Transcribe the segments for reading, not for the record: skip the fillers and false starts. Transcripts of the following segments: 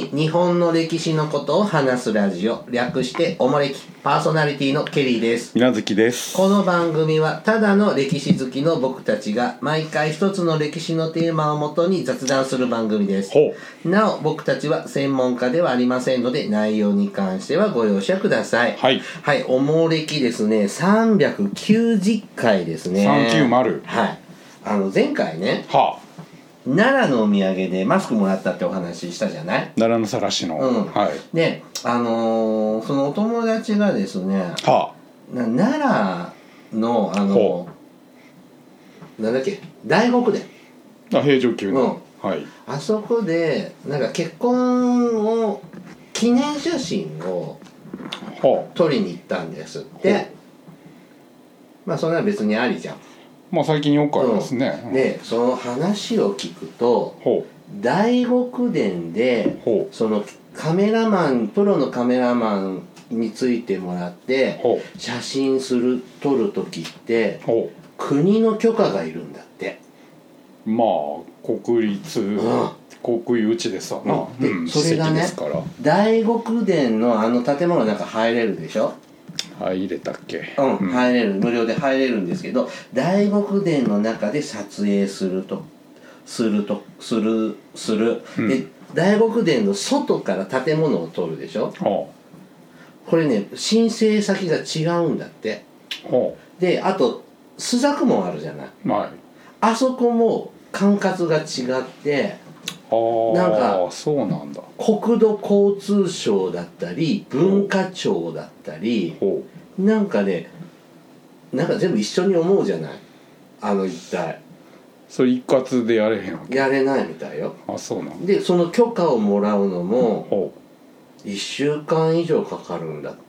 日本の歴史のことを話すラジオ、略しておもれき。パーソナリティのケリーです。 みなずきです。 この番組はただの歴史好きの僕たちが毎回一つの歴史のテーマをもとに雑談する番組です。なお僕たちは専門家ではありませんので、内容に関してはご容赦ください。はい、おもれきですね、390回ですね。 390。 はい。前回ね、奈良のお土産でマスクもらったってお話したじゃない？ 奈良のさらしの、 はい。で、そのお友達がですね、奈良のなんだっけ、大極殿、 平城宮の、 あそこでなんか結婚を記念写真を撮りに行ったんですって。まあそんな別にありじゃん。まあ最近よくありますね。 でその話を聞くと、大極殿でそのプロのカメラマンについてもらって写真撮る時って国の許可がいるんだって。 まあ国立、国有地ですわな。 でそれがね、大極殿の建物の中入れるでしょ。 入れたっけ？ 入れる、無料で入れるんですけど、大極殿の中で撮影する、で大極殿の外から建物を撮るでしょ。これね、申請先が違うんだって。であと朱雀門あるじゃない、あそこも管轄が違って、なんかそうなんだ。 国土交通省だったり文化庁だったり、なんかね、なんか全部一緒に思うじゃない、一体。 それ一括でやれへんわけ？ やれないみたいよ。 そうなんでその許可をもらうのも1週間以上かかるんだって。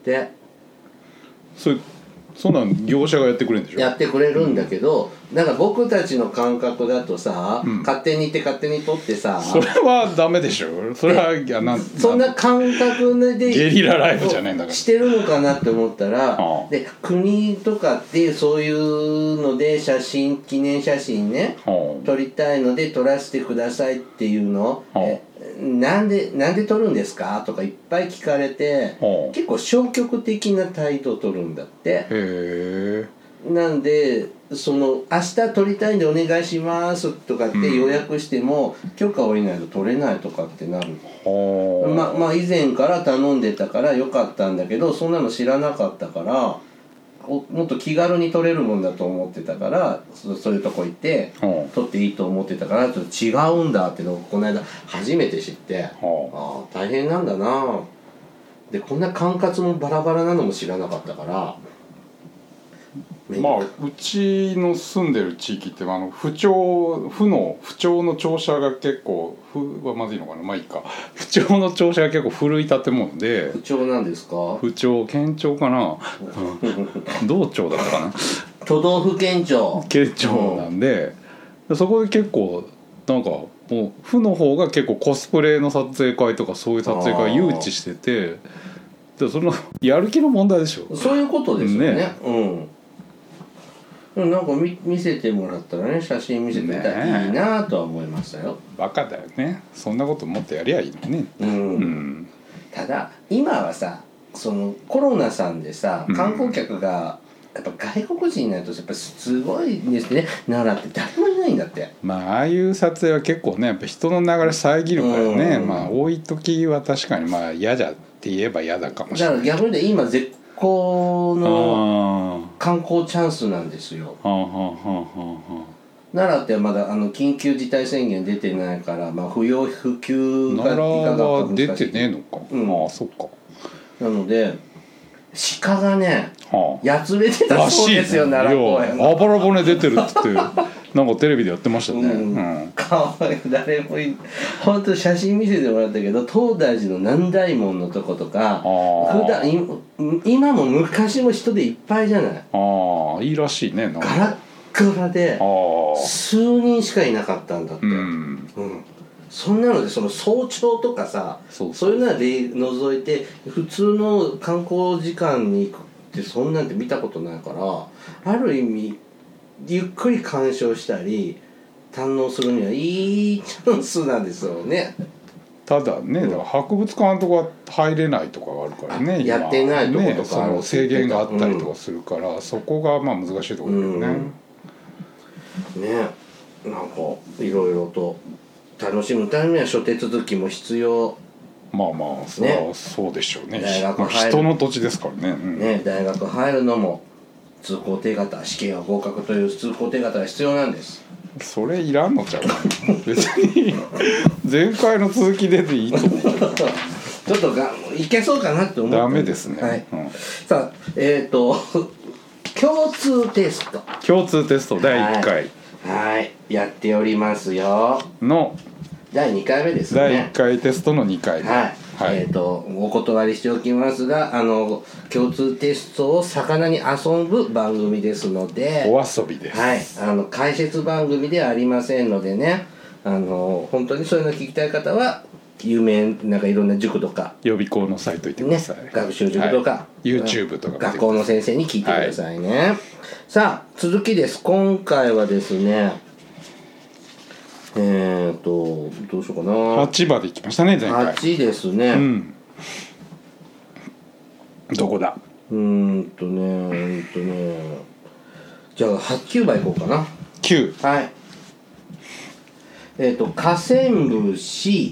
そんなん業者がやってくれるんでしょ？ やってくれるんだけど、なんか僕たちの感覚だとさ、勝手に行って勝手に取ってさ、 それはダメでしょ。それはそんな感覚でゲリラライブじゃねえんだからしてるのかなって思ったら、で国とかってそういうので記念写真ね、撮りたいので撮らせてくださいっていうのを、なんで撮るんですかとかいっぱい聞かれて、結構消極的な態度を取るんだって。なんで明日撮りたいんでお願いしますとかって予約しても、許可を得ないと撮れないとかってなる。まあ以前から頼んでたからよかったんだけど、そんなの知らなかったから、もっと気軽に撮れるもんだと思ってたから、そういうとこ行って撮っていいと思ってたから、ちょっと違うんだってのをこの間初めて知って、大変なんだな。でこんな管轄もバラバラなのも知らなかったから。 うちの住んでる地域って府庁の庁舎が結構、府はまずいのかな、まあいいか、府庁の庁舎が結構古い建物で。 府庁なんですか？ 府庁、県庁かな道庁だったかな都道府県庁なんで、そこで結構なんかもう府の方が結構コスプレの撮影会とかそういう撮影会誘致してて、でそのやる気の問題でしょ。 そういうことですよね。なんか見せてもらったらね、写真見せてみたらいいなとは思いましたよ。 バカだよね、そんなこともっとやりゃいいのね。 ただ今はさ、そのコロナさんでさ、観光客がやっぱ外国人になるとやっぱすごいですね。奈良って誰もいないんだって。 ああいう撮影は結構ね、やっぱ人の流れ遮るからね。多い時は確かに嫌じゃって言えば嫌だかもしれない。 だから逆に今絶好の観光チャンスなんですよ。奈良ってまだ緊急事態宣言出てないから、不要不急がいかがか難しい。 奈良は出てねえのか。そっか。 なので鹿がね、やつれてたそうですよ、奈良公園。 あばら骨出てるって言ってなんかテレビでやってましたね。 かわいい。誰も本当写真見せてもらったけど、東大寺の南大門のとことか、今も昔も人でいっぱいじゃない。 いいらしいね。 ガラッガラで数人しかいなかったんだって。そんなのでその早朝とかさ、そういうので除いて普通の観光時間に行くってそんなんて見たことないから、ある意味ゆっくり鑑賞したり堪能するにはいいチャンスなんですよね。 ただね、だから博物館とか入れないとかがあるからね、 やってないとことかある、 その制限があったりとかするから、そこがまあ難しいところだよね。 ね、なんかいろいろと楽しむためには諸手続きも必要。 まあまあそれはそうでしょうね。 大学入る、 人の土地ですからね。 ね、大学入るのも通行手形、試験は合格という通行手形が必要なんです。 それいらんのちゃうか別に前回の続きでいいと思うけどちょっといけそうかなって思って。 ダメですね、 はい、さあ共通テスト第1回はいやっておりますよの第2回目ですね。 第1回テストの2回目、 はいお断りしておきますが、共通テストを魚に遊ぶ番組ですので、 お遊びです。 はい、解説番組ではありませんのでね、本当にそういうの聞きたい方は有名なんかいろんな塾とか予備校のサイト行ってください、 ね、学習塾とか、 YouTube とか学校の先生に聞いてくださいね、さあ続きです。今回はですねどうしようかな。 8まで行きましたね前回。 8ですね。 どこだ。 じゃあ9番いこうかな。 9。 はい。河川節、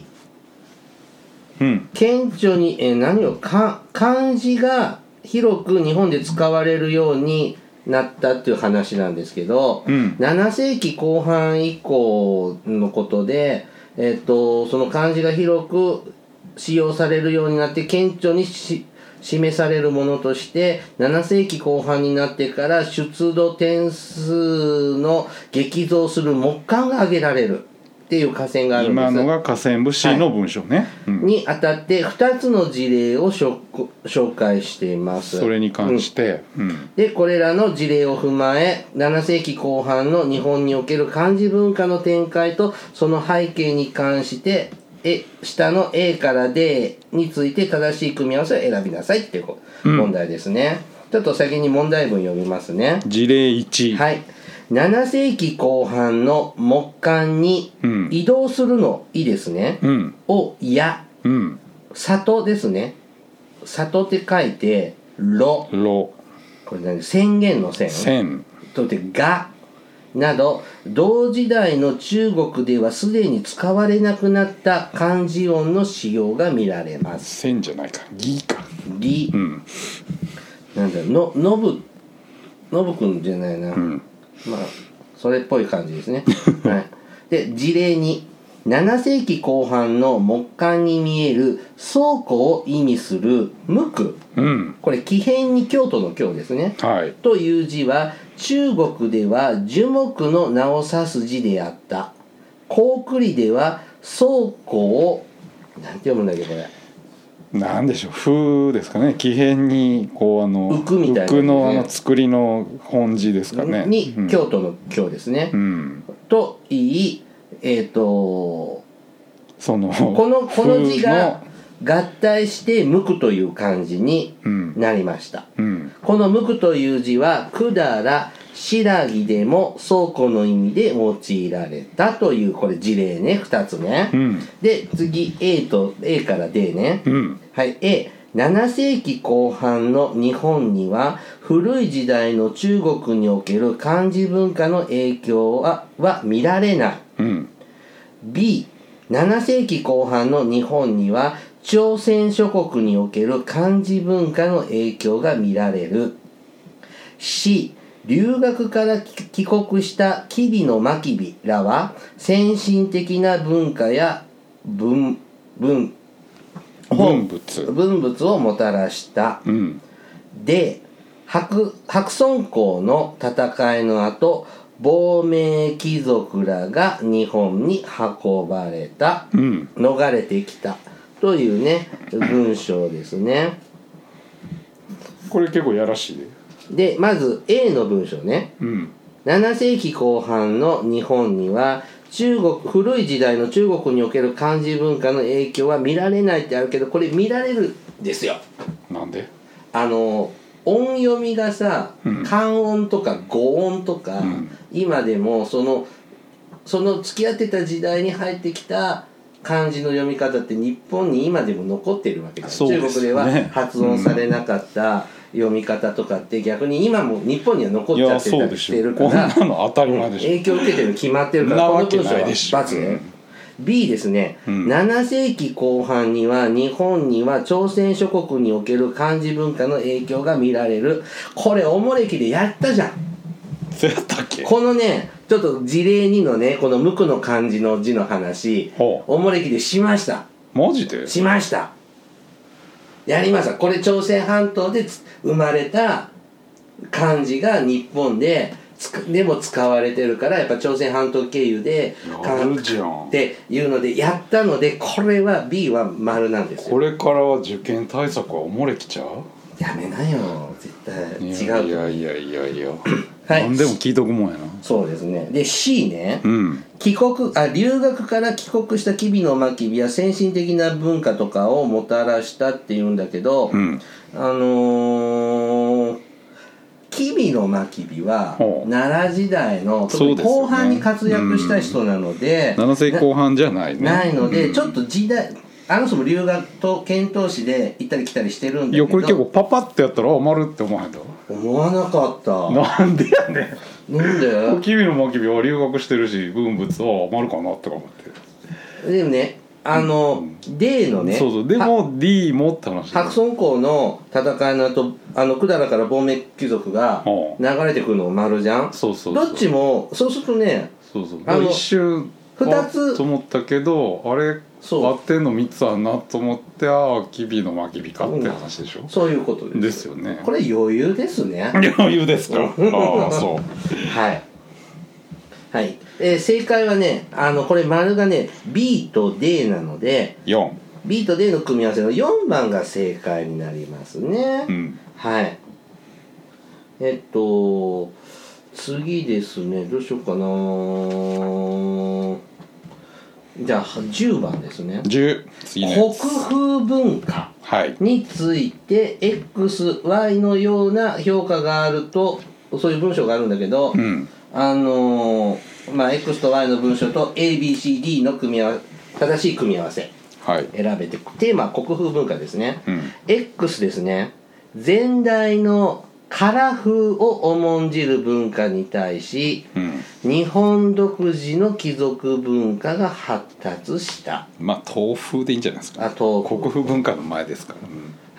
顕著に漢字が広く日本で使われるようになったっていう話なんですけど、7世紀後半以降のことで、その漢字が広く使用されるようになって顕著に示されるものとして7世紀後半になってから出土点数の激増する木簡が挙げられるっていう河川があるんです。 今のが河川節の文章ね、 にあたって2つの事例を紹介しています。 それに関して、 でこれらの事例を踏まえ7世紀後半の日本における漢字文化の展開とその背景に関して下の A から D について正しい組み合わせを選びなさいっていう問題ですね、ちょっと先に問題文読みますね。 事例1、 はい。7世紀後半の木簡に移動するの「い」ですね、を「や」里ですね、里って書いて「ろ」これ何、宣言の宣とって「が」など同時代の中国ではすでに使われなくなった漢字音の使用が見られます。 宣じゃないか、ぎか、 ぎ、なんだのぶくんじゃないな、まあそれっぽい感じですねはい。で事例に7世紀後半の木簡に見える倉庫を意味する無垢、これ木偏に京都の京ですね、という字は中国では樹木の名を指す字であった。高句麗では倉庫をなんて読むんだっけこれ、 なんでしょう、風ですかね、木偏にこう浮くみたいな、ね、 浮くの作りの本字ですかねに、京都の京ですね、と言いこの字が合体して無垢という漢字になりました、この無垢という字は百済新羅でも倉庫の意味で用いられたという、これ事例ね、2つね、で次 A から D ね、はい。 A7 世紀後半の日本には古い時代の中国における漢字文化の影響は見られない、B7 世紀後半の日本には朝鮮諸国における漢字文化の影響が見られる。 C 留学から帰国した吉備の真備らは先進的な文化や文物をもたらした、で白村江の戦いの後亡命貴族らが日本に運ばれた、逃れてきたというね文章ですね。 これ結構やらしいでまず A の文章ね、7世紀後半の日本には古い時代の中国における漢字文化の影響は見られないってあるけど、これ見られるんですよ。 なんで？ 音読みがさ、漢音とか語音とか、今でもその付き合ってた時代に入ってきた漢字の読み方って日本に今でも残ってるわけです。中そうですね、 国では発音されなかった読み方とかって逆に今も日本には残っちゃってたりしてるから、 こんなの当たり前でしょ。 影響を受けてるの決まってるから、この文章は×ね。B ですね、7世紀後半には日本には朝鮮諸国における漢字文化の影響が見られる。これおもれきでやったじゃん。 そうやったっけ。 このねちょっと事例2のねこの無垢の漢字の字の話おもれきでしました。 マジでしました。やりました。これ朝鮮半島で生まれた漢字が日本でも使われてるからやっぱ朝鮮半島経由でっていうのでやったので、これは B は丸なんですよ。 これからは受験対策はおもれきちゃう。 やめなよ絶対違う。 いやいやいやいや、 はい、 何でも聞いとくもんやな。 そうですね。で C ね、留学から帰国した吉備の真備は先進的な文化とかをもたらしたっていうんだけど、吉備の真備は奈良時代の特に後半に活躍した人なので、 7世紀後半じゃないね。 ないので、ちょっと時代あの人も留学と遣唐使で行ったり来たりしてるんだけど、 いやこれ結構パパってやったら丸って思わへんだ。 思わなかった。 なんでやねん。 なんで吉備の真備は留学してるし文物は丸かなって思って。 でもねD のね、 そうでも D もって話。 白村江の戦いの後百済から亡命貴族が流れてくるのが丸じゃん。 そうどっちもそうするとね、 一瞬 2つと思ったけど、あれ合ってんの3つあんなと思って、吉備の真備かって話でしょ。 そういうことですよね。 これ余裕ですね。 余裕ですか。ああそうはいはい、正解はねこれ丸がね B と D なので B と D の組み合わせの4番が正解になりますね。はい。次ですね、どうしようかな。じゃあ10番ですね。 次ね、 国風文化について XY のような評価があると、そういう文章があるんだけど、X と Y の文章と ABCD の正しい組み合わせ、選べて、テーマは国風文化ですね。X ですね、前代の唐風を重んじる文化に対し、日本独自の貴族文化が発達した。 東風でいいんじゃないですか。国風文化の前ですから、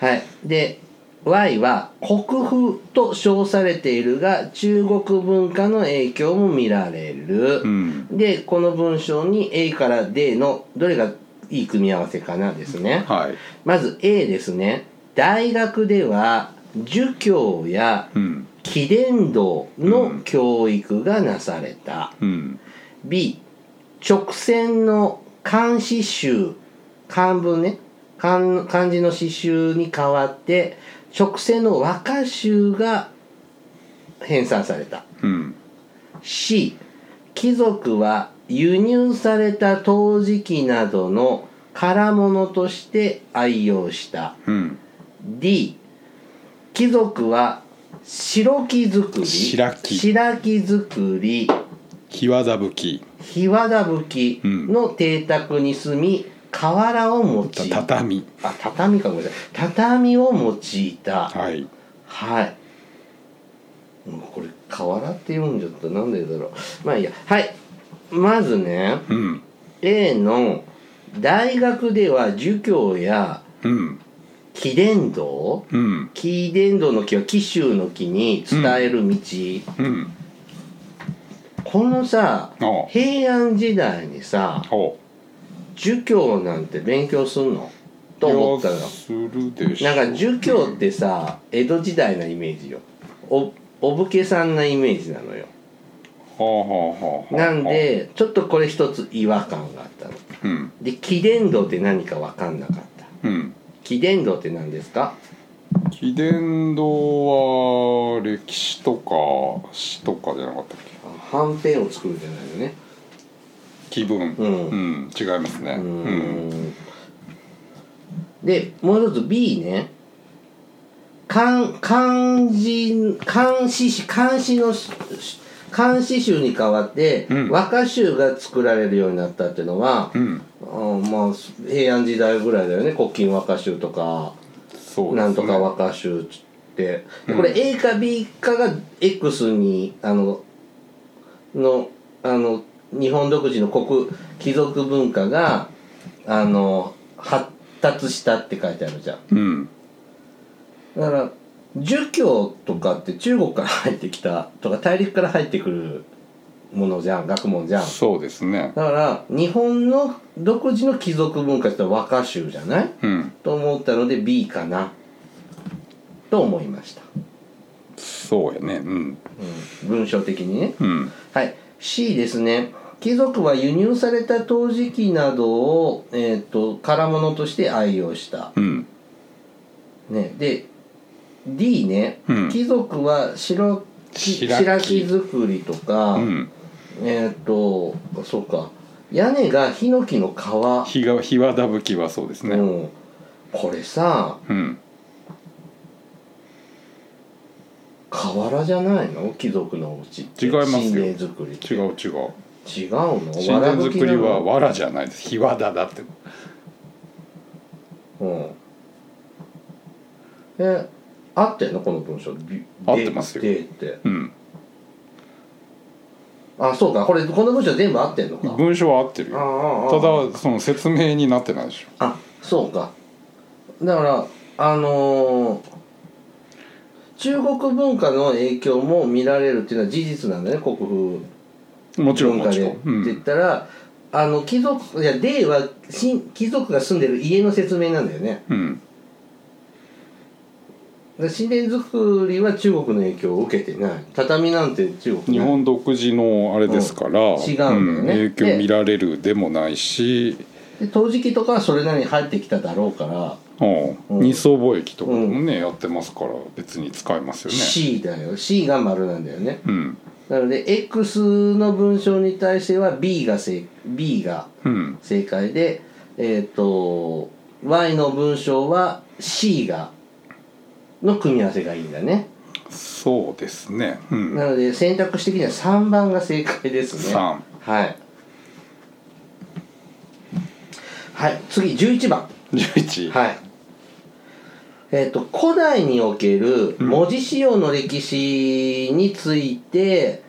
はい。で Y は国風と称されているが中国文化の影響も見られる、でこの文章に A から D のどれがいい組み合わせかなですね。まず A ですね、大学では儒教や貴殿道の教育がなされた。B、直線の漢詩集、漢文ね、漢字の詩集に代わって直線の和歌集が編纂された。C、貴族は輸入された陶磁器などの唐物として愛用した。D、貴族は白木作り、 檜皮葺きの邸宅に住み瓦を用いた。畳か、ごめんなさい、畳を用いた。はい、これ瓦って読んじゃった、なんでだろう。まあいいや。はい、まずね、A の大学では儒教や貴殿道、貴殿道の木は紀州の木に伝える道、このさ平安時代にさ儒教なんて勉強すんのと思ったの。なんか儒教ってさ江戸時代なイメージよ。お武家さんなイメージなのよ。なんでちょっとこれ一つ違和感があったの。で貴殿道って何か分かんなかった。貴殿道って何ですか？ 貴殿堂は歴史とか詩とかじゃなかったっけ？ はんぺんを作るじゃないのね。 気分、違いますね。 でもう一つ B ね、漢詩の漢詩集に代わって和歌集が作られるようになったっていうのは、まあ平安時代ぐらいだよね。古今和歌集とか、そうですね、なんとか和歌集って、これ A か B かが X に日本独自の貴族文化が発達したって書いてあるじゃん。だから儒教とかって中国から入ってきたとか大陸から入ってくるものじゃん、学問じゃん。 そうですね。 だから日本の独自の貴族文化って和歌集じゃない、と思ったので B かなと思いました。 そうやね。 文章的にね。はい。C ですね。貴族は輸入された陶磁器などを、唐物として愛用した。ね、で D ね、貴族は白木作りとか、そうか、屋根がヒノキの皮。 ひわだぶきはそうですね。 これさ、瓦じゃないの？貴族のお家って。 違いますよ。 神殿作りって。違うの？ 神殿作りは藁じゃないです。ひわだだって。 合ってんのこの文章？ 合ってますよ。 って。あ、そうか。この文章全部合ってんのか。 文章は合ってるよ。ただその説明になってないでしょ。 あ、そうか。だから中国文化の影響も見られるっていうのは事実なんだね、国風文化で。って言ったら貴族、いや D は貴族が住んでる家の説明なんだよね。神殿作りは中国の影響を受けてない。畳なんて中国、 日本独自のあれですから、 違うんだよね。 影響見られるでもないし、 で陶磁器とかはそれなりに入ってきただろうから、 二層貿易とかもね、やってますから別に使えますよね。 C だよ。 C が丸なんだよね。なので X の文章に対しては B が正解で、Y の文章は C の組み合わせがいいんだね。 そうですね。 なので選択肢的には3番が正解ですね。 3。 はい、次11番。 11。 はい。古代における文字使用の歴史について、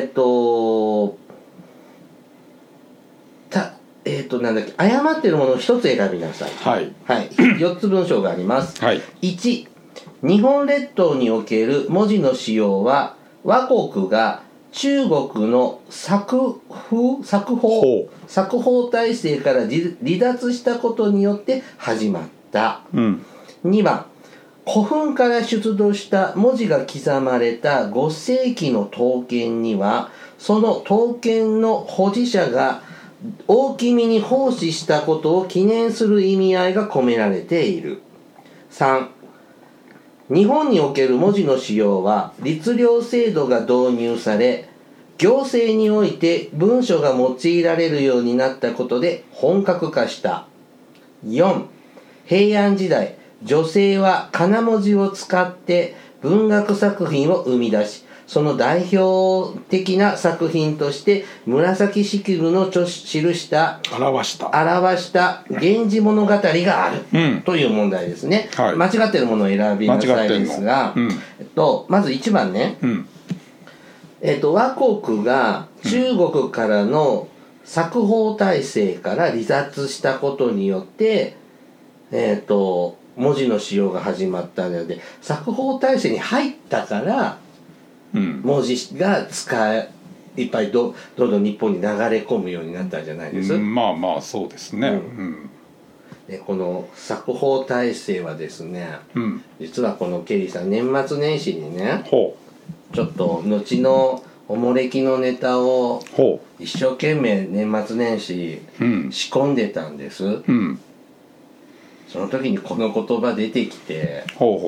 なんだっけ、誤っているものを1つ選びなさい。4つ文章があります。1、日本列島における文字の使用は倭国が中国の作法体制から離脱したことによって始まった。2番、古墳から出土した文字が刻まれた5世紀の刀剣には、その刀剣の保持者が大君に奉仕したことを記念する意味合いが込められている。3、日本における文字の使用は律令制度が導入され、行政において文書が用いられるようになったことで本格化した。4、平安時代、女性は仮名文字を使って文学作品を生み出し、その代表的な作品として紫式部の記した表した源氏物語がある、という問題ですね。間違ってるものを選びなさいですが、まず1番ね、倭国が中国からの作法体制から離脱したことによって、文字の使用が始まったので、作法体制に入ったから、文字がいっぱいどんどん日本に流れ込むようになったんじゃないです。 まあまあそうですね。 でこの作法体制はですね、実はこのケリーさん年末年始にね、ちょっと後のおもれきのネタを一生懸命年末年始仕込んでたんです。その時にこの言葉出てきて、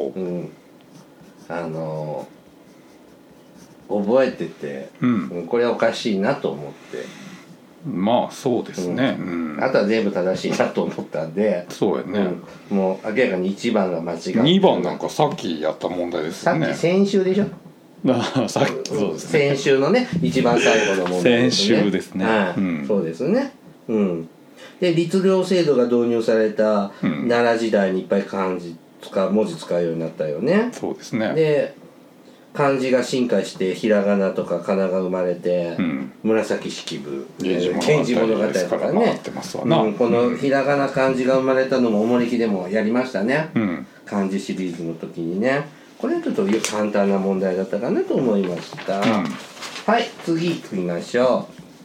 覚えてて、これはおかしいなと思って。 まあそうですね。 あとは全部正しいなと思ったんで、 そうやね。 もう明らかに1番が間違ってる。 2番なんかさっきやった問題ですよね。 さっき先週でしょ。 さっきそうですね、先週のね一番最後の問題ですね。先週ですね、 そうですね。で律令制度が導入された奈良時代にいっぱい文字使うようになったよね。 そうですね。 で漢字が進化してひらがなとかかなが生まれて、紫式部源氏物語とかね、このひらがな漢字が生まれたのもおもれきでもやりましたね、漢字シリーズの時にね。これはちょっと簡単な問題だったかなと思いました、はい次行きましょ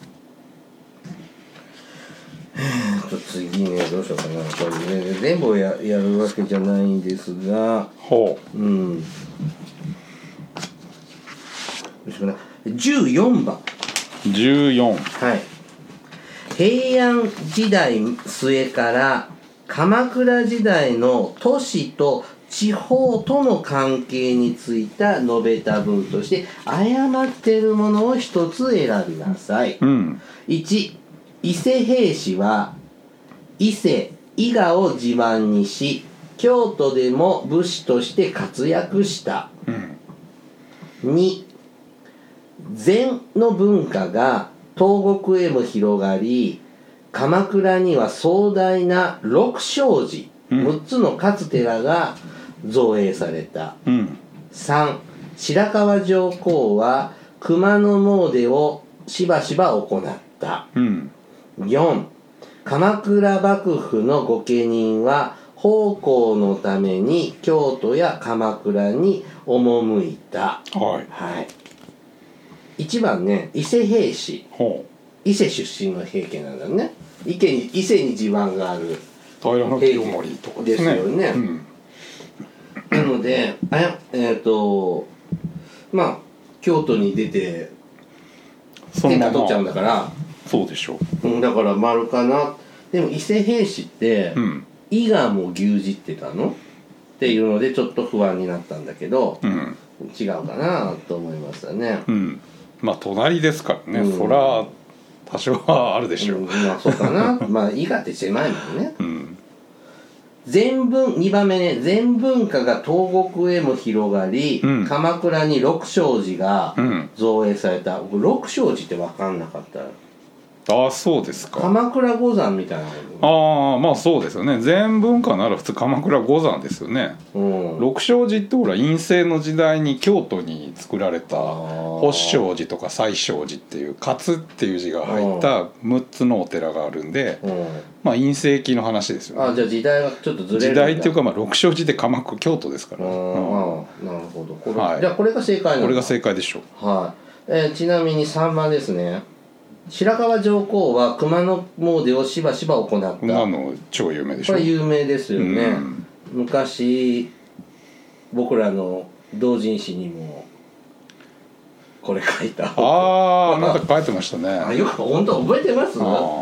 う。次ねどうしようかな。これね全部やるわけじゃないんですが、14番。はい。平安時代末から鎌倉時代の都市と地方との関係について述べた文として誤っているものを一つ選びなさい。1、伊勢平氏は伊勢伊賀を地盤にし京都でも武士として活躍した。2、禅の文化が東国へも広がり鎌倉には壮大な六勝寺、6つの勝寺が造営された。3、白河上皇は熊野詣をしばしば行った。4、鎌倉幕府の御家人は奉公のために京都や鎌倉に赴いた。1番ね、伊勢平氏。伊勢出身の平家なんだね。伊勢に地盤がある平清盛とかですね。 ですよね。なのでまあ京都に出て天下取っちゃうんだから、 そうでしょう。だから丸かな。でも伊勢平氏って、伊賀も牛耳ってたのっていうのでちょっと不安になったんだけど、違うかなと思いましたね。 まあ隣ですからね、そら多少はあるでしょう。 まあそうかな。まあ伊賀って狭いもんね。2番目ね、禅文化が東国へも広がり、鎌倉に六勝寺が造営された。僕六勝寺って分かんなかった。 ああそうですか。 鎌倉五山みたいな。 ああまあそうですよね。禅文化なら普通鎌倉五山ですよね。六勝寺ってほら院政の時代に京都に作られた法勝寺とか西勝寺っていう勝っていう字が入った6つのお寺があるんで、まあ院政期の話ですよね。 じゃあ時代がちょっとずれるんだ。 時代っていうかまあ六勝寺って京都ですから。 なるほど。じゃあこれが正解なの。 これが正解でしょう。ちなみに3番ですね。白河上皇は熊野詣をしばしば行った。 今の超有名でしょ。 これ有名ですよね。昔僕らの同人誌にもこれ書いた。 なんか書いてましたね。 よく本当覚えてます？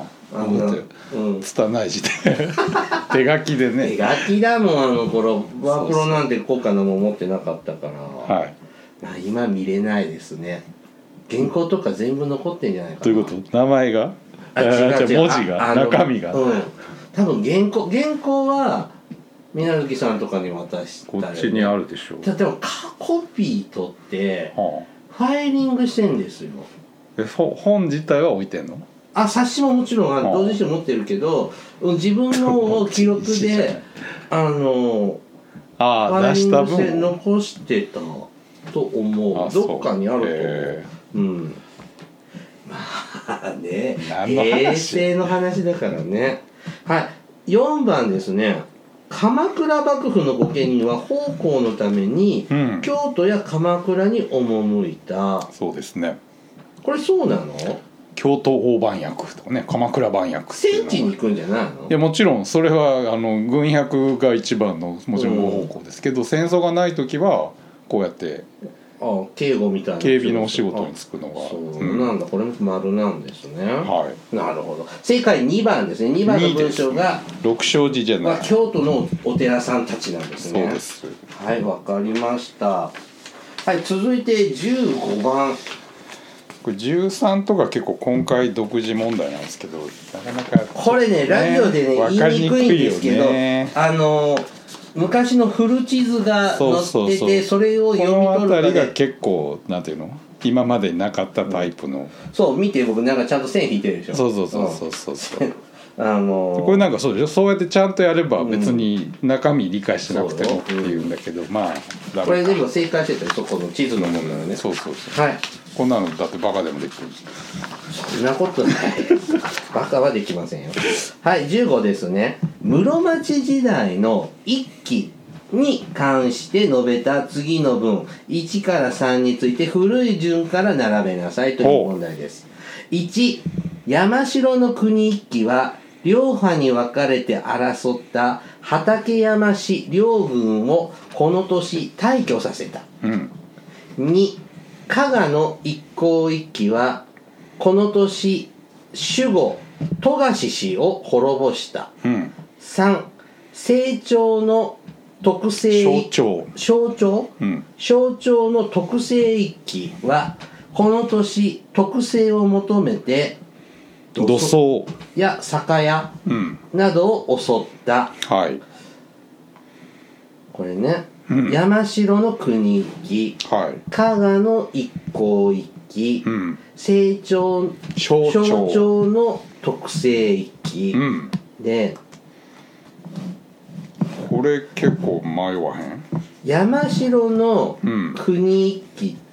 拙い字で手書きでね。 手書きだもんあの頃。ワープロなんて高価なもん持ってなかったから。今見れないですね。原稿とか全部残ってんじゃないかな。 どういうこと？名前が？文字が中身が。 多分原稿は水無月さんとかに渡したこっちにあるでしょ。 でもコピー取ってファイリングしてんですよ。 本自体は置いてんの？ 冊子ももちろん同時誌持ってるけど、自分の記録でファイリングして残してたと思う。どっかにあると思う。まあね、平成の話だからね。4番ですね。鎌倉幕府の御家人は奉公のために、京都や鎌倉に赴いた。 そうですね。 これそうなの？ 京都大番役とかね、鎌倉番役戦地に行くんじゃないの？ いやもちろんそれは軍役が一番のもちろんご奉公ですけど、戦争がない時はこうやって警護みたいな警備のお仕事に就くのがそうなんだ。これも丸なんですね。なるほど。正解2番ですね。2番の文章が六勝寺じゃない、 京都のお寺さんたちなんですね。 そうです。 わかりました。続いて15番。 これ13とか結構今回独自問題なんですけど、なかなかこれねラジオでね言いにくいんですけど、 昔の古地図が載ってて、それを読み取るこの辺りが結構なんていうの今までになかったタイプの、 そう見て僕なんかちゃんと線引いてるでしょ。 そうこれなんかそうでしょ、そうやってちゃんとやれば別に中身理解してなくてもっていうんだけど、まあこれでも正解してたよ、そこの地図のものなのね。 そうはい、 こんなのだってバカでもできる。 そんなことないバカはできませんよ。はい、15ですね。室町時代の一揆に関して述べた次の文1から3について古い順から並べなさいという問題です。1、山城の国一揆は両派に分かれて争った畠山氏両軍をこの年退去させた。2、加賀の一向一揆はこの年守護富樫氏を滅ぼした。3、清朝の特製象徴の特製一揆はこの年特製を求めて土葬や酒屋などを襲った。 はい、 これね、山城の国一揆、加賀の一向一揆、清朝象徴の特製一揆、でこれ結構迷わへん。 山城の国一揆って、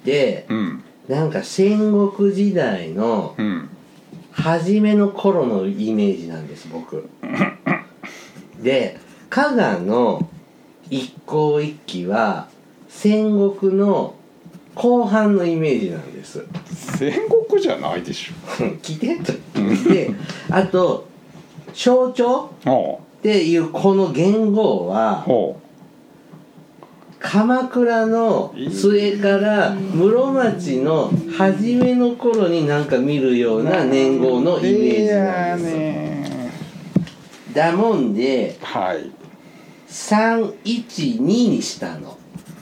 なんか戦国時代の初めの頃のイメージなんです僕で、加賀の一向一揆は戦国の後半のイメージなんです。 戦国じゃないでしょ聞いてとで、あと象徴っていうこの元号は鎌倉の末から室町の初めの頃になんか見るような年号のイメージなんですよ。だもんで、312にしたの。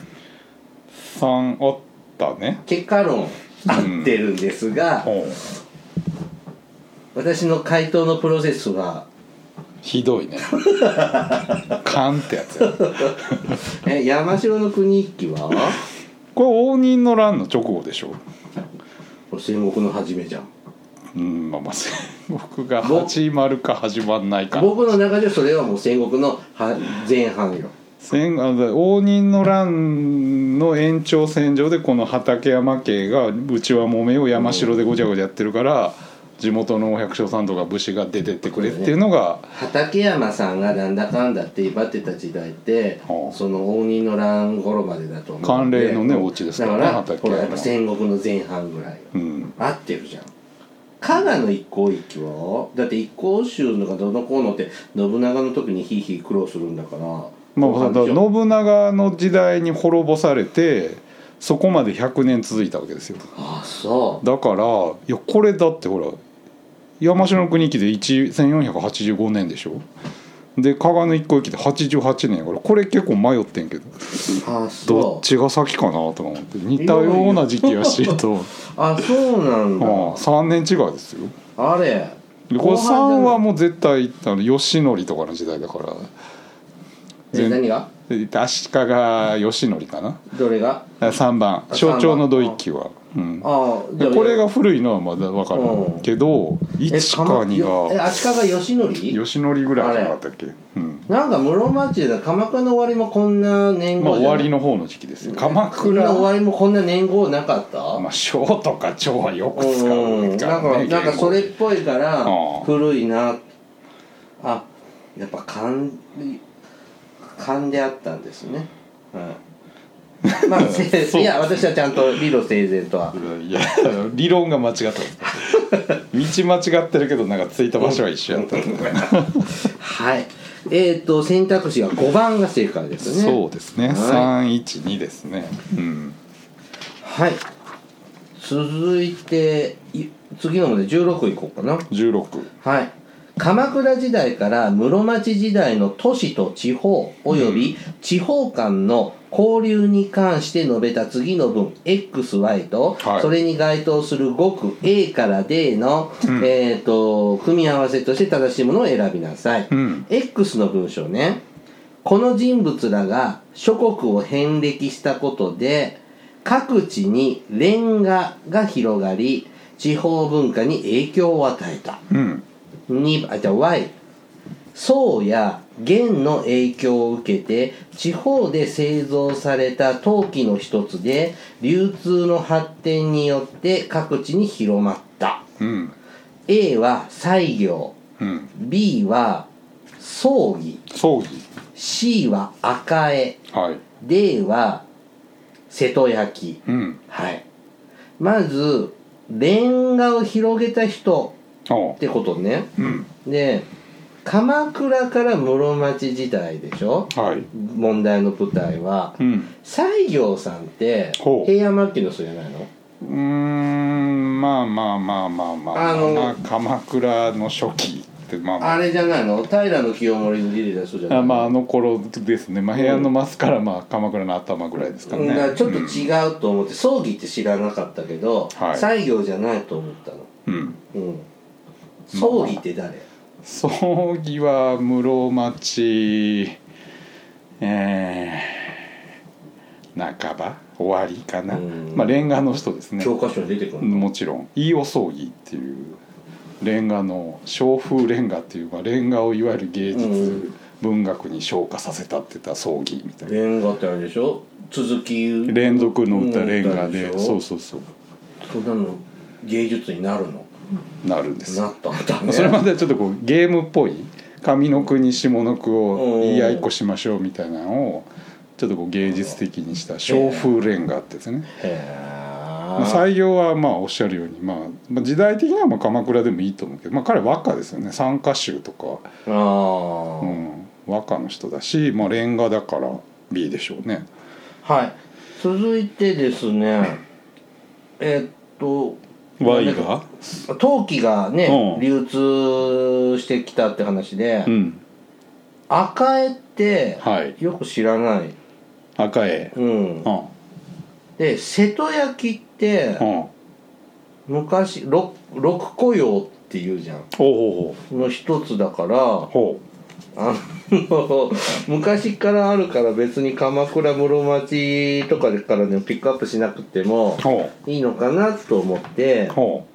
3あったね。 結果論合ってるんですが、私の回答のプロセスはひどいね勘ってやつや山城の国一揆はこれ応仁の乱の直後でしょ。 これ戦国の初めじゃん。 まあ戦国が始まるか始まんないか、 僕の中でそれはもう戦国の前半よ。 応仁の乱の延長線上でこの畠山家が内輪もめを山城でごちゃごちゃやってるから、地元の百姓さんとか武士が出てってくれっていうのが、 畠山さんがなんだかんだって威張ってた時代って、その応仁の乱頃までだと思う。 慣例のねお家ですからね。 だからほらやっぱ戦国の前半ぐらい、合ってるじゃん。加賀の一向一揆はだって一向宗のがどのこうのって信長の時にヒーヒー苦労するんだから、 信長の時代に滅ぼされてそこまで100年続いたわけですよ。 ああそう。 だからいやこれだってほら山城の国一揆で1485年でしょ。で加賀の一向一揆で88年やから、これ結構迷ってんけど、どっちが先かなとか思って似たような時期やしとあ、そうなんだ。 3年違いですよ。 あれでこれ3はもう絶対義則とかの時代だから。 何が足利義則かな。 どれが 3番象徴の土一揆は、これが古いのはまだ分かるけど、1か2が足利義則義則ぐらいじゃなかったっけ。 なんか室町で鎌倉の終わりもこんな年号終わりの方の時期ですよ。鎌倉の終わりもこんな年号なかった。 小とか長はよく使うからね。 なんかそれっぽいから古いな。あ、やっぱ勘であったんですね。まあいや私はちゃんと理路整然とは。 いや理論が間違った道間違ってるけどなんかついた場所は一緒やったはい。選択肢は5番が正解ですね。 そうですね、312ですね。 はい。続いて次の問題16いこうかな。 16。 はい。鎌倉時代から室町時代の都市と地方および地方間の交流に関して述べた次の文 XY と、それに該当する語句 A から D の、組み合わせとして正しいものを選びなさい。X の文章ね。 この人物らが諸国を遍歴したことで各地にレンガが広がり地方文化に影響を与えた、Y 宋や元の影響を受けて地方で製造された陶器の一つで流通の発展によって各地に広まった、A は西行、B は葬儀、C は赤絵、D は瀬戸焼、まずレンガを広げた人ってことね、で鎌倉から室町時代でしょ、問題の舞台は、西行さんって平安末期の人じゃないの？ まあ鎌倉の初期ってあれじゃないの？平清盛の出てた人じゃないの？ あの頃ですね、平安の末から鎌倉の頭ぐらいですからね。 だからちょっと違うと思って、葬儀って知らなかったけど、西行じゃないと思ったの。葬儀って誰？ 葬儀は室町半ば終わりかな、レンガの人ですね。 教科書に出てくるの？ もちろん飯尾葬儀っていうレンガの小風レンガっていう、レンガをいわゆる芸術、文学に昇華させたって言った葬儀みたいな。 レンガってあれでしょ、続き連続の歌レンガで、そう。そんなの芸術になるの？ なるんです。 なったんだね。 それまではちょっとゲームっぽい上の句に下の句を言い合いっこしましょうみたいなのをちょっと芸術的にした小風レンガってですね。西行はおっしゃるように、時代的には鎌倉でもいいと思うけど、彼は和歌ですよね。三歌集とか、和歌の人だし、レンガだから B でしょうね。 続いてですね、 Y が陶器がね、流通してきたって話で、赤絵ってよく知らない。 赤絵。 で瀬戸焼って、昔六古窯っていうじゃん。の一つだから、昔からあるから別に鎌倉室町とかからねピックアップしなくてもいいのかなと思って、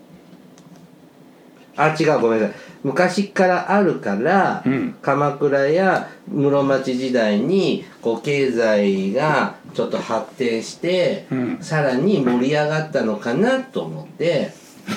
違う、ごめんなさい。昔からあるから、鎌倉や室町時代に経済がちょっと発展して、さらに盛り上がったのかなと思って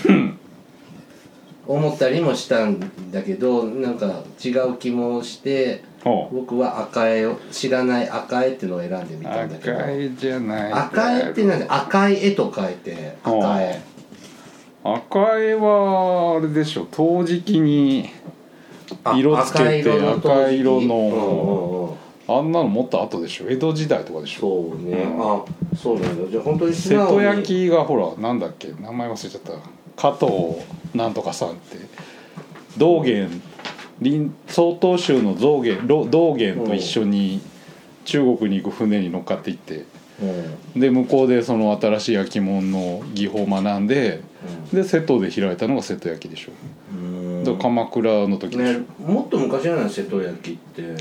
思ったりもしたんだけど、なんか違う気もして、僕は赤絵を知らない赤絵っていうのを選んでみたんだけど。 赤絵じゃない。 赤絵って何で？赤い絵と書いて赤絵。 赤絵はあれでしょ、陶磁器に色つけて赤色のあんなのもっと後でしょ、江戸時代とかでしょ。 そうね、そうなんだ。じゃあ本当に瀬戸焼がほらなんだっけ、名前忘れちゃった、加藤なんとかさんって道元曹洞宗の道元と一緒に中国に行く船に乗っかっていって、で向こうでその新しい焼き物の技法を学んで、で瀬戸で開いたのが瀬戸焼でしょ。だから鎌倉の時でしょ、 もっと昔じゃない？瀬戸焼って。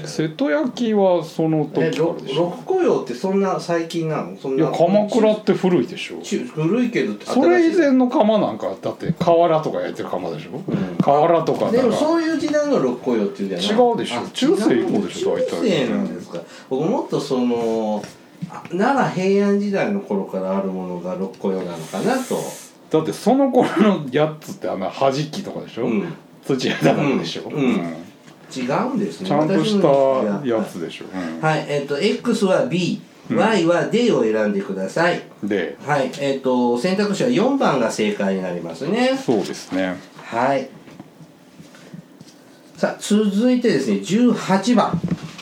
瀬戸焼はその時からでしょ。 六古窯ってそんな最近なの？ いや鎌倉って古いでしょ。 古いけどそれ以前の窯なんかだって瓦とか焼いてる窯でしょ、瓦とか。 でもそういう時代の六古窯っていうんじゃない？ 違うでしょ、中世以降でしょ大体。 中世なんですか。僕もっとその奈良平安時代の頃からあるものが六古窯なのかなと。 だってその頃のやつってはじきとかでしょ、土屋だでしょ、 違うんですね。 ちゃんとしたやつでしょ、 X は B、Y は D を選んでください。 で、 選択肢は4番が正解になりますね。 そうですね。 さあ続いてですね、18番。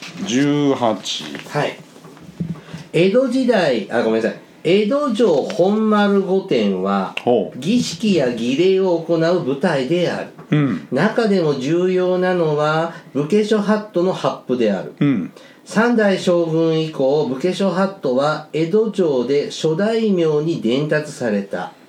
江戸時代、ごめんなさい。江戸城本丸御殿は儀式や儀礼を行う舞台である、中でも重要なのは武家諸法度の発布である、三代将軍以降武家諸法度は江戸城で諸大名に伝達された。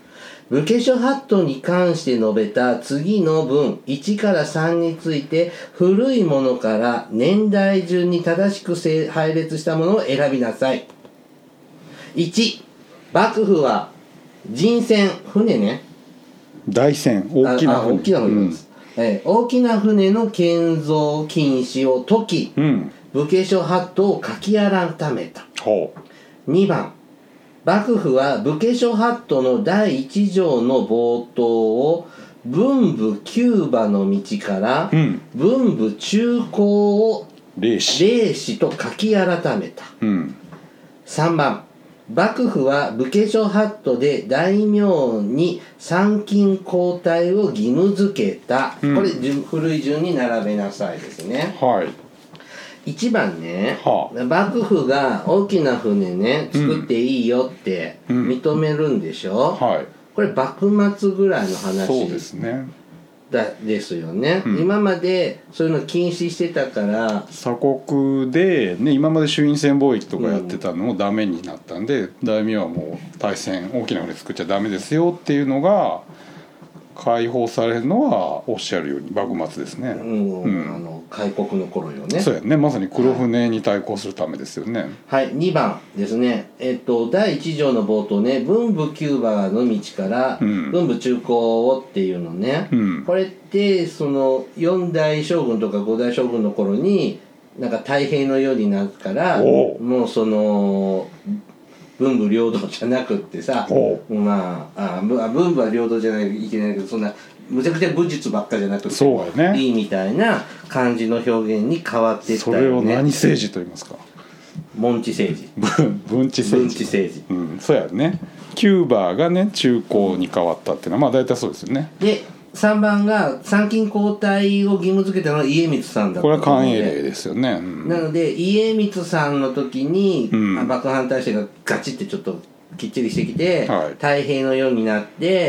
武家諸法度に関して述べた次の文1から3について古いものから年代順に正しく配列したものを選びなさい。1、幕府は人船、船ね、 大船、大きな船、 大きな船です、大きな船の建造禁止を解き、武家諸法度を書き改めた。2番、幕府は武家諸法度の第1条の冒頭を文武九馬の道から文武中興を霊視と書き改めた。3番、幕府は武家諸法度で大名に参勤交代を義務付けた。これ古い順に並べなさいですね。1番ね、幕府が大きな船ね作っていいよって認めるんでしょ、これ幕末ぐらいの話そうですね。 ですよね、今までそういうの禁止してたから鎖国で、ね、今まで朱印船貿易とかやってたのもダメになったんで、大名はもう大船大きな船作っちゃダメですよっていうのが解放されるのはおっしゃるように幕末ですね。 開国の頃よね。 そうやね、まさに黒船に対抗するためですよね。 2番ですね。第1条の冒頭ね、文武九馬の道から文武中興をっていうのね、これってその4代将軍とか5代将軍の頃になんか太平の世になるからもうその文武両道じゃなくってさ、文武は両道じゃないといけないけど、そんなむちゃくちゃ武術ばっかじゃなくていいみたいな感じの表現に変わっていったよね。 それを何政治と言いますか？ 文治政治。 文治政治。そうやね。キューバがね中高に変わったっていうのはまあ大体そうですよね。 で3番が参勤交代を義務付けたのは家光さんだった。 これは寛永令ですよね。 なので家光さんの時に、幕藩体制がガチってちょっときっちりしてきて、太平の世になって、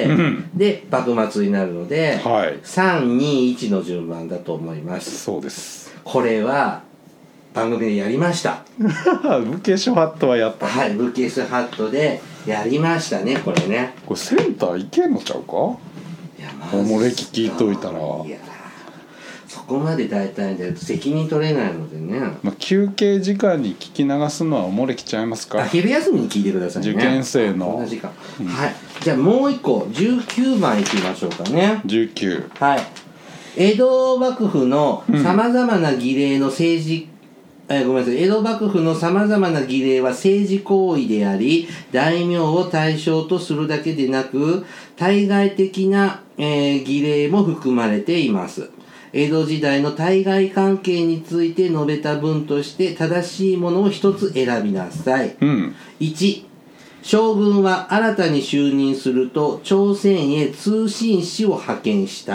で幕末になるので、321の順番だと思います。 そうです。 これは番組でやりました武家諸法度はやった、 ね、武家諸法度でやりましたね。これね、 これセンターいけんのちゃうか？おもれき聞いといたら、 いやそこまで大体で責任取れないのでね、 休憩時間に聞き流すのはおもれきちゃいますか？ 昼休みに聞いてくださいね。 受験生の同じか、じゃあもう一個19番いきましょうかね。 19、 江戸幕府のさまざまな儀礼の政治、江戸幕府のさまざまな儀礼は政治行為であり、大名を対象とするだけでなく対外的な、儀礼も含まれています。江戸時代の対外関係について述べた文として正しいものを一つ選びなさい。1、将軍は新たに就任すると朝鮮へ通信使を派遣した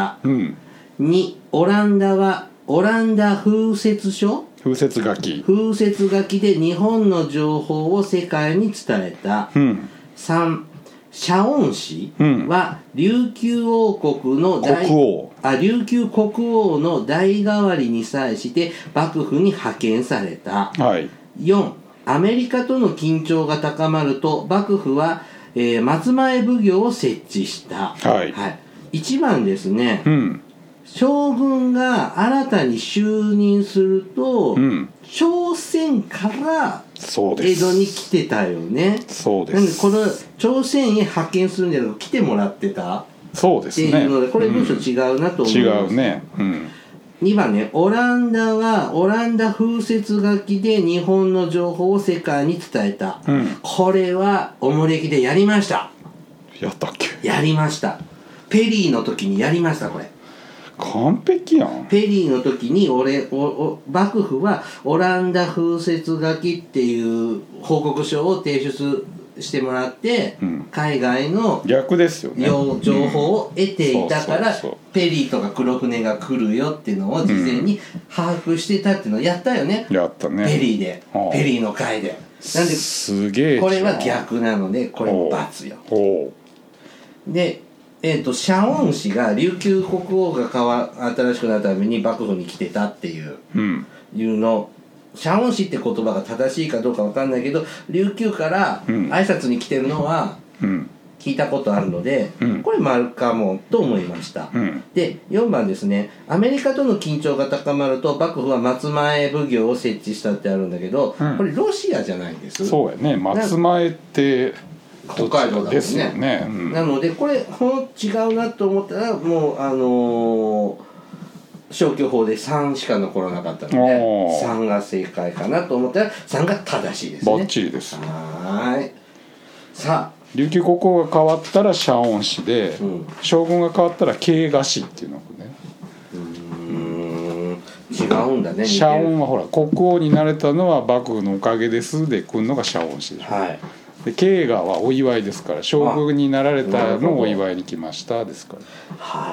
。2、オランダはオランダ風雪書風雪書きで日本の情報を世界に伝えた。3、謝恩氏は琉球王国の琉球国王の代替わりに際して幕府に派遣された。4、アメリカとの緊張が高まると幕府は、松前奉行を設置した。1番ですね、将軍が新たに就任すると、朝鮮から江戸に来てたよね。 そうです。 なんでこの朝鮮へ派遣するんじゃなくて来てもらってたっていうので、これ文章違うなと思います。 違うね。 2番ね、オランダはオランダ風雪書きで日本の情報を世界に伝えた。これはおもれきでやりました。 やったっけ？ やりました。ペリーの時にやりました。これ完璧やん。 ペリーの時に幕府はオランダ風雪書きっていう報告書を提出してもらって、海外の逆ですよね、 情報を得ていたから、ペリーとか黒船が来るよっていうのを事前に把握してたっていうのをやったよね。 やったね。 ペリーで、ペリーの会で。なんですげえ。 これは逆なのでこれも×よ。で謝恩氏が琉球国王が新しくなるために幕府に来てたっていうの、謝恩氏って言葉が正しいかどうか分かんないけど、琉球から挨拶に来てるのは、 聞いたことあるので、これ丸かもと思いました、で4番ですね。アメリカとの緊張が高まると幕府は松前奉行を設置したってあるんだけど、これロシアじゃないです。 そうやね、松前って北海道だもんね。 ですよね、 なのでこれ違うなと思ったらもう消去法で3しか残らなかったので3が正解かなと思ったら3が正しいですね。 バッチリです。 はい。さあ琉球国王が変わったら謝恩氏で、将軍が変わったら慶賀氏っていうのがね。 違うんだね。 謝恩はほら国王になれたのは幕府のおかげですで来るのが謝恩氏でしょ、で慶賀はお祝いですから、将軍になられたのをお祝いに来ましたですから。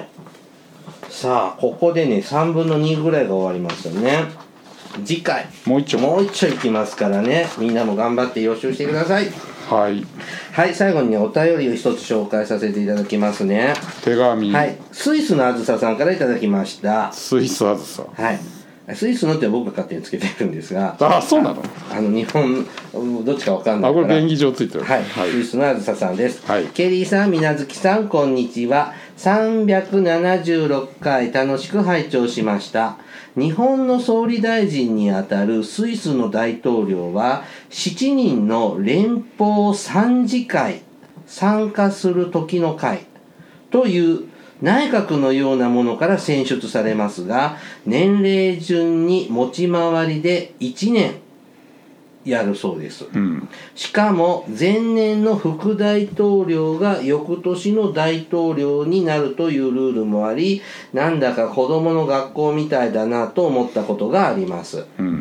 さあここでね3分の2ぐらいが終わりますよね。次回もう一丁いきますからね、みんなも頑張って予習してください。はい、最後にねお便りを一つ紹介させていただきますね。 手紙、 スイスのあずささんからいただきました。 スイスあずさ、 スイスのって僕が勝手につけてるんですが、 そうなの？ 日本どっちか分かんないから、 これ便宜上ついてる。 スイスのあずささんです。ケリーさん、みなずきさん、こんにちは。376回楽しく拝聴しました。日本の総理大臣にあたるスイスの大統領は7人の連邦参事会参加する時の会という内閣のようなものから選出されますが、年齢順に持ち回りで1年やるそうです、しかも前年の副大統領が翌年の大統領になるというルールもあり、なんだか子供の学校みたいだなと思ったことがあります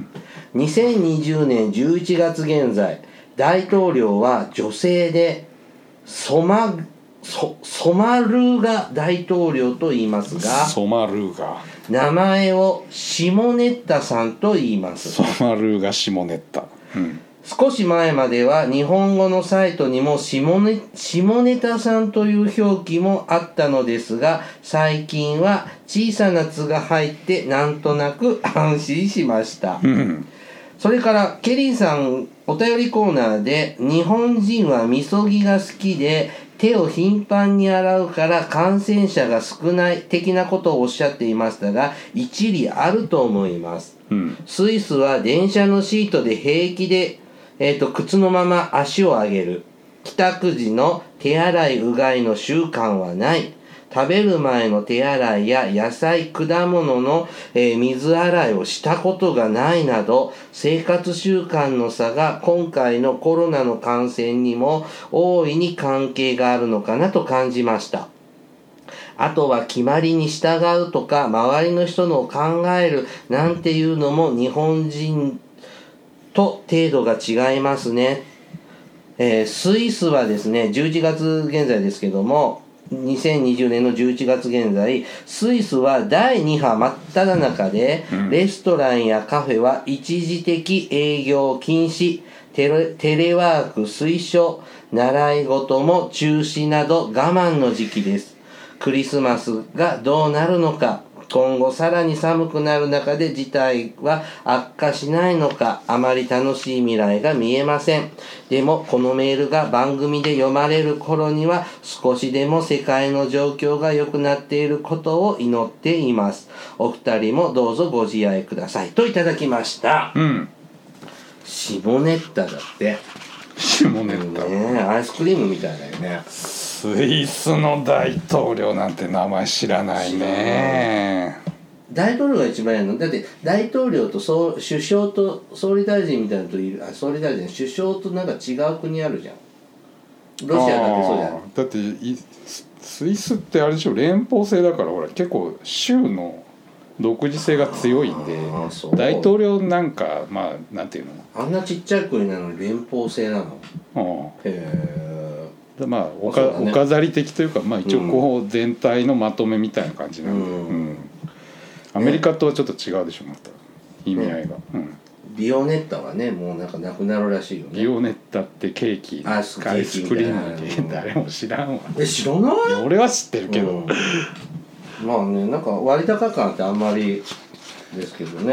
、2020年11月現在、大統領は女性でソマルーガ大統領と言いますが、 ソマルーガ名前をシモネッタさんと言います。 ソマルーガシモネッタ、 少し前までは日本語のサイトにもシモネタさんという表記もあったのですが、最近は小さな「つ」が入ってなんとなく安心しました、それからケリーさんお便りコーナーで日本人はみそぎが好きで手を頻繁に洗うから感染者が少ない的なことをおっしゃっていましたが、一理あると思います、スイスは電車のシートで平気で、靴のまま足を上げる。帰宅時の手洗いうがいの習慣はない。食べる前の手洗いや野菜果物の、水洗いをしたことがないなど、生活習慣の差が今回のコロナの感染にも大いに関係があるのかなと感じました。あとは決まりに従うとか周りの人のを考えるなんていうのも日本人と程度が違いますね。スイスはですね、11月現在ですけども、2020年の11月現在、スイスは第2波真っ只中で、レストランやカフェは一時的営業禁止、テレワーク推奨、習い事も中止など我慢の時期です。クリスマスがどうなるのか、今後さらに寒くなる中で事態は悪化しないのか、あまり楽しい未来が見えません。でもこのメールが番組で読まれる頃には少しでも世界の状況が良くなっていることを祈っています。お二人もどうぞご自愛くださいといただきました。シモネッタだって。 シモネッタね、アイスクリームみたいだよね。 スイスの大統領なんて名前知らないね。 大統領が一番やるのだって、大統領と首相と総理大臣みたいなのといる。総理大臣首相となんか違う国あるじゃん。ロシアだってそうじゃん。 だってスイスってあれでしょ、連邦制だから、ほら結構州の独自性が強いんで、大統領なんかまあなんていうの、 あんなちっちゃい国なのに連邦制なの。へえ。 まあお飾り的というか、まあ一応こう全体のまとめみたいな感じなんで、アメリカとはちょっと違うでしょ、また意味合いが。 ビオネッタはね、もうなんかなくなるらしいよね。 ビオネッタってケーキ、アイスクリームで誰も知らんわ。 知らない？ 俺は知ってるけど、 まあね、なんか割高感ってあんまりですけどね。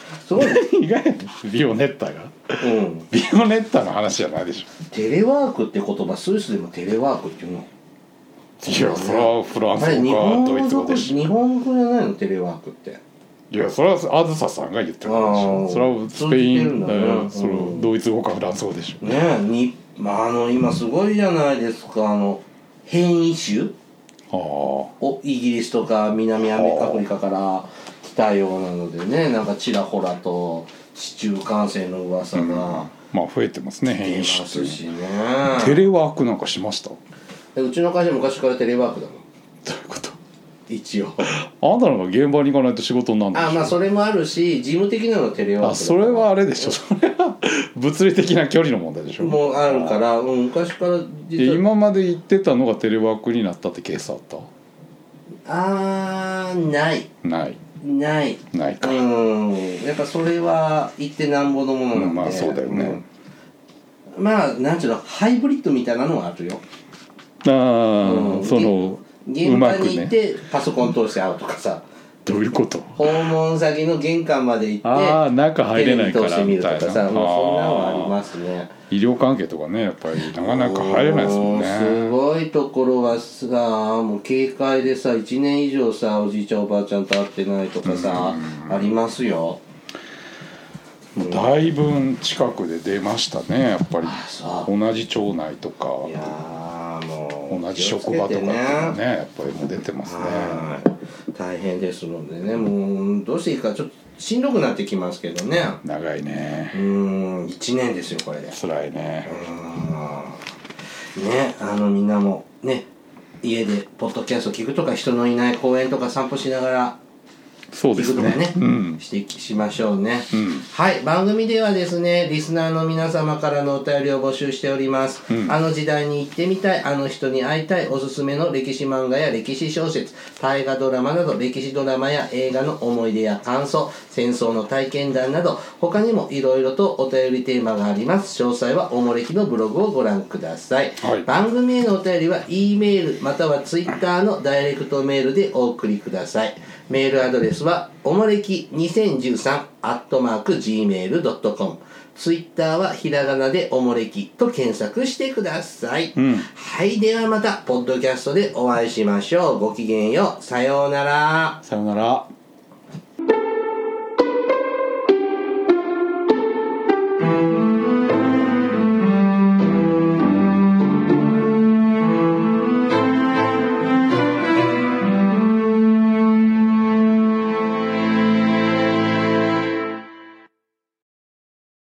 すごいね意外にビオネッタが、ビオネッタの話じゃないでしょ。 テレワークって言葉スイスでもテレワークっていうの？ いやそれはフランス語かドイツ語でしょ。 日本語じゃないのテレワークって。 いやそれはあずささんが言ってるんでしょ。それはスペイン、それドイツ語かフランス語でしょ。 ねえ今すごいじゃないですか、変異種をイギリスとか南アフリカから来たようなのでね、なんかちらほらと市中感染の噂が、 まあ増えてますね、変異種ってしね。 テレワークなんかしました？ うちの会社昔からテレワークだもん。 どういうこと？ 一応あなたのが現場に行かないと仕事になるんでしょ。 まあそれもあるし、事務的なのテレワークだから。 それはあれでしょ、それは物理的な距離の問題でしょ。 もうあるから、昔から実は今まで言ってたのがテレワークになったってケースあった？ないか。 やっぱそれは言ってなんぼのものなんで、 まあそうだよね、 まあなんちゅうのハイブリッドみたいなのはあるよ。 その現場に行ってパソコン通して会うとかさ。 どういうこと？ 訪問先の玄関まで行って中入れないからみたいな、 そんなのはありますね。 医療関係とかね、やっぱりなかなか入れないですもんね。 すごいところはさ、もう警戒でさ、1年以上さ、おじいちゃんおばあちゃんと会ってないとかさ、ありますよ。 だいぶ近くで出ましたね、やっぱり。同じ町内とか、 いやもう同じ職場とかっていうのね、やっぱりもう出てますね。 大変ですのでね、もうどうしていいかちょっとしんどくなってきますけどね。 長いね。 1年ですよこれで。 辛いね。 ね、みんなもね、家でポッドキャスト聞くとか、人のいない公園とか散歩しながらそうですね、 しましょうね、はい。番組ではですね、リスナーの皆様からのお便りを募集しております、あの時代に行ってみたい、あの人に会いたい、おすすめの歴史漫画や歴史小説、大河ドラマなど歴史ドラマや映画の思い出や感想、戦争の体験談など他にもいろいろとお便りテーマがあります。詳細はおもれきのブログをご覧ください、番組へのお便りは E メールまたは Twitter のダイレクトメールでお送りください。メールアドレスはおもれき2013@gmail.com、 ツイッターはひらがなでおもれきと検索してください、はい。ではまたポッドキャストでお会いしましょう。ごきげんよう。さようなら。 さようなら。